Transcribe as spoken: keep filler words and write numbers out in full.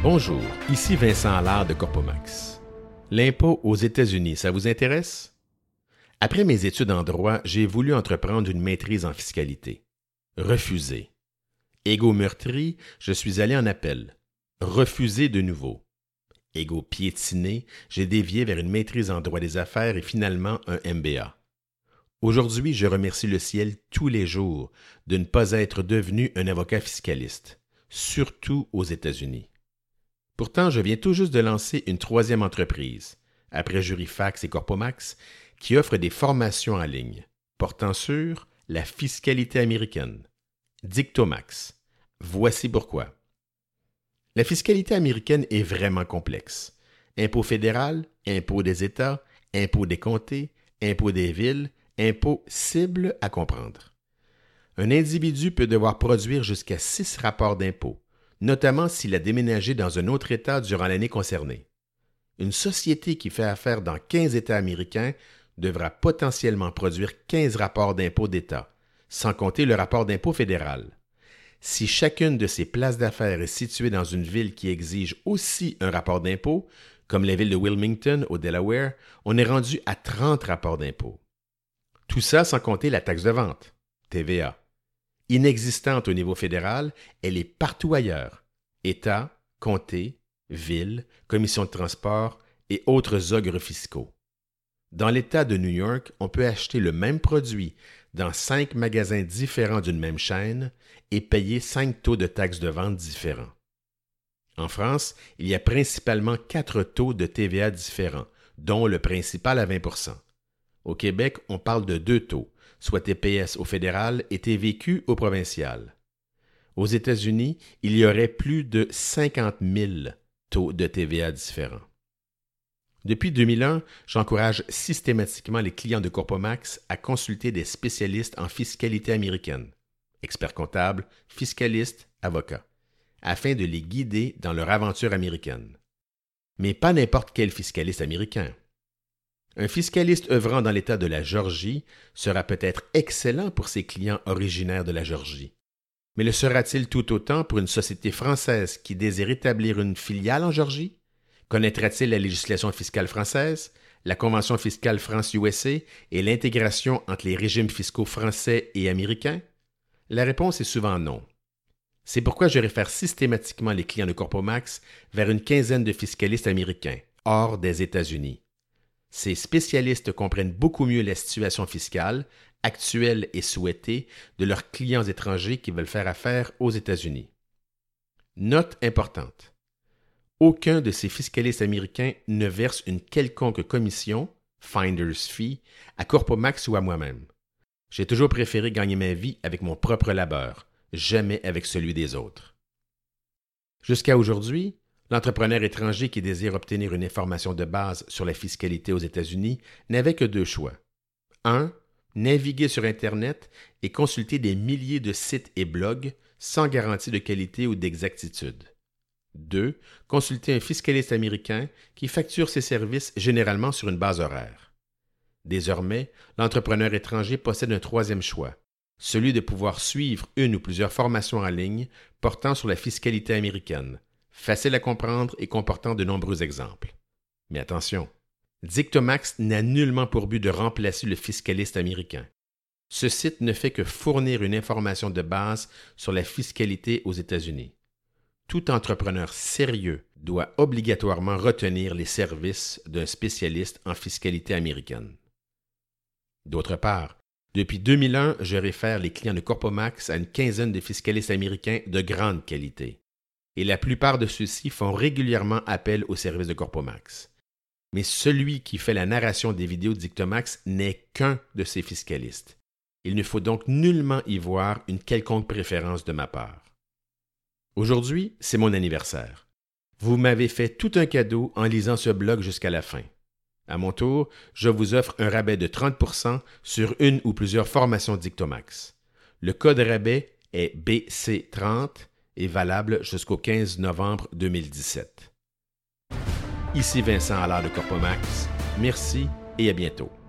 Bonjour, ici Vincent Allard de Corpomax. L'impôt aux États-Unis, ça vous intéresse? Après mes études en droit, j'ai voulu entreprendre une maîtrise en fiscalité. Refusé. Égo meurtri, je suis allé en appel. Refusé de nouveau. Égo piétiné, j'ai dévié vers une maîtrise en droit des affaires et finalement un M B A. Aujourd'hui, je remercie le ciel tous les jours de ne pas être devenu un avocat fiscaliste, surtout aux États-Unis. Pourtant, je viens tout juste de lancer une troisième entreprise, après Jurifax et Corpomax, qui offre des formations en ligne, portant sur la fiscalité américaine. Dictomax. Voici pourquoi. La fiscalité américaine est vraiment complexe. Impôt fédéral, impôt des États, impôt des comtés, impôt des villes, impôt cible à comprendre. Un individu peut devoir produire jusqu'à six rapports d'impôt, notamment s'il a déménagé dans un autre État durant l'année concernée. Une société qui fait affaire dans quinze États américains devra potentiellement produire quinze rapports d'impôt d'État, sans compter le rapport d'impôt fédéral. Si chacune de ces places d'affaires est située dans une ville qui exige aussi un rapport d'impôt, comme la ville de Wilmington au Delaware, on est rendu à trente rapports d'impôt. Tout ça sans compter la taxe de vente, T V A. Inexistante au niveau fédéral, elle est partout ailleurs. États, comtés, villes, commissions de transport et autres ogres fiscaux. Dans l'État de New York, on peut acheter le même produit dans cinq magasins différents d'une même chaîne et payer cinq taux de taxes de vente différents. En France, il y a principalement quatre taux de T V A différents, dont le principal à vingt pour cent. Au Québec, on parle de deux taux, soit T P S au fédéral et T V Q au provincial. Aux États-Unis, il y aurait plus de cinquante mille taux de T V A différents. Depuis deux mille un, j'encourage systématiquement les clients de Corpomax à consulter des spécialistes en fiscalité américaine, experts comptables, fiscalistes, avocats, afin de les guider dans leur aventure américaine. Mais pas n'importe quel fiscaliste américain. Un fiscaliste œuvrant dans l'État de la Géorgie sera peut-être excellent pour ses clients originaires de la Géorgie. Mais le sera-t-il tout autant pour une société française qui désire établir une filiale en Géorgie? Connaîtra-t-il la législation fiscale française, la Convention fiscale France-U S A et l'intégration entre les régimes fiscaux français et américains? La réponse est souvent non. C'est pourquoi je réfère systématiquement les clients de Corpomax vers une quinzaine de fiscalistes américains, hors des États-Unis. Ces spécialistes comprennent beaucoup mieux la situation fiscale, actuelle et souhaitée, de leurs clients étrangers qui veulent faire affaire aux États-Unis. Note importante. Aucun de ces fiscalistes américains ne verse une quelconque commission, finder's fee, à Corpomax ou à moi-même. J'ai toujours préféré gagner ma vie avec mon propre labeur, jamais avec celui des autres. Jusqu'à aujourd'hui, l'entrepreneur étranger qui désire obtenir une information de base sur la fiscalité aux États-Unis n'avait que deux choix. un. Naviguer sur Internet et consulter des milliers de sites et blogs sans garantie de qualité ou d'exactitude. deux. Consulter un fiscaliste américain qui facture ses services généralement sur une base horaire. Désormais, l'entrepreneur étranger possède un troisième choix, celui de pouvoir suivre une ou plusieurs formations en ligne portant sur la fiscalité américaine, facile à comprendre et comportant de nombreux exemples. Mais attention, Dictomax n'a nullement pour but de remplacer le fiscaliste américain. Ce site ne fait que fournir une information de base sur la fiscalité aux États-Unis. Tout entrepreneur sérieux doit obligatoirement retenir les services d'un spécialiste en fiscalité américaine. D'autre part, depuis deux mille un, je réfère les clients de Corpomax à une quinzaine de fiscalistes américains de grande qualité. Et la plupart de ceux-ci font régulièrement appel aux services de Corpomax. Mais celui qui fait la narration des vidéos de Dictomax n'est qu'un de ces fiscalistes. Il ne faut donc nullement y voir une quelconque préférence de ma part. Aujourd'hui, c'est mon anniversaire. Vous m'avez fait tout un cadeau en lisant ce blog jusqu'à la fin. À mon tour, je vous offre un rabais de trente pour cent sur une ou plusieurs formations Dictomax. Le code rabais est B C trente et valable jusqu'au quinze novembre deux mille dix-sept. Ici Vincent Allard de Corpomax. Merci et à bientôt.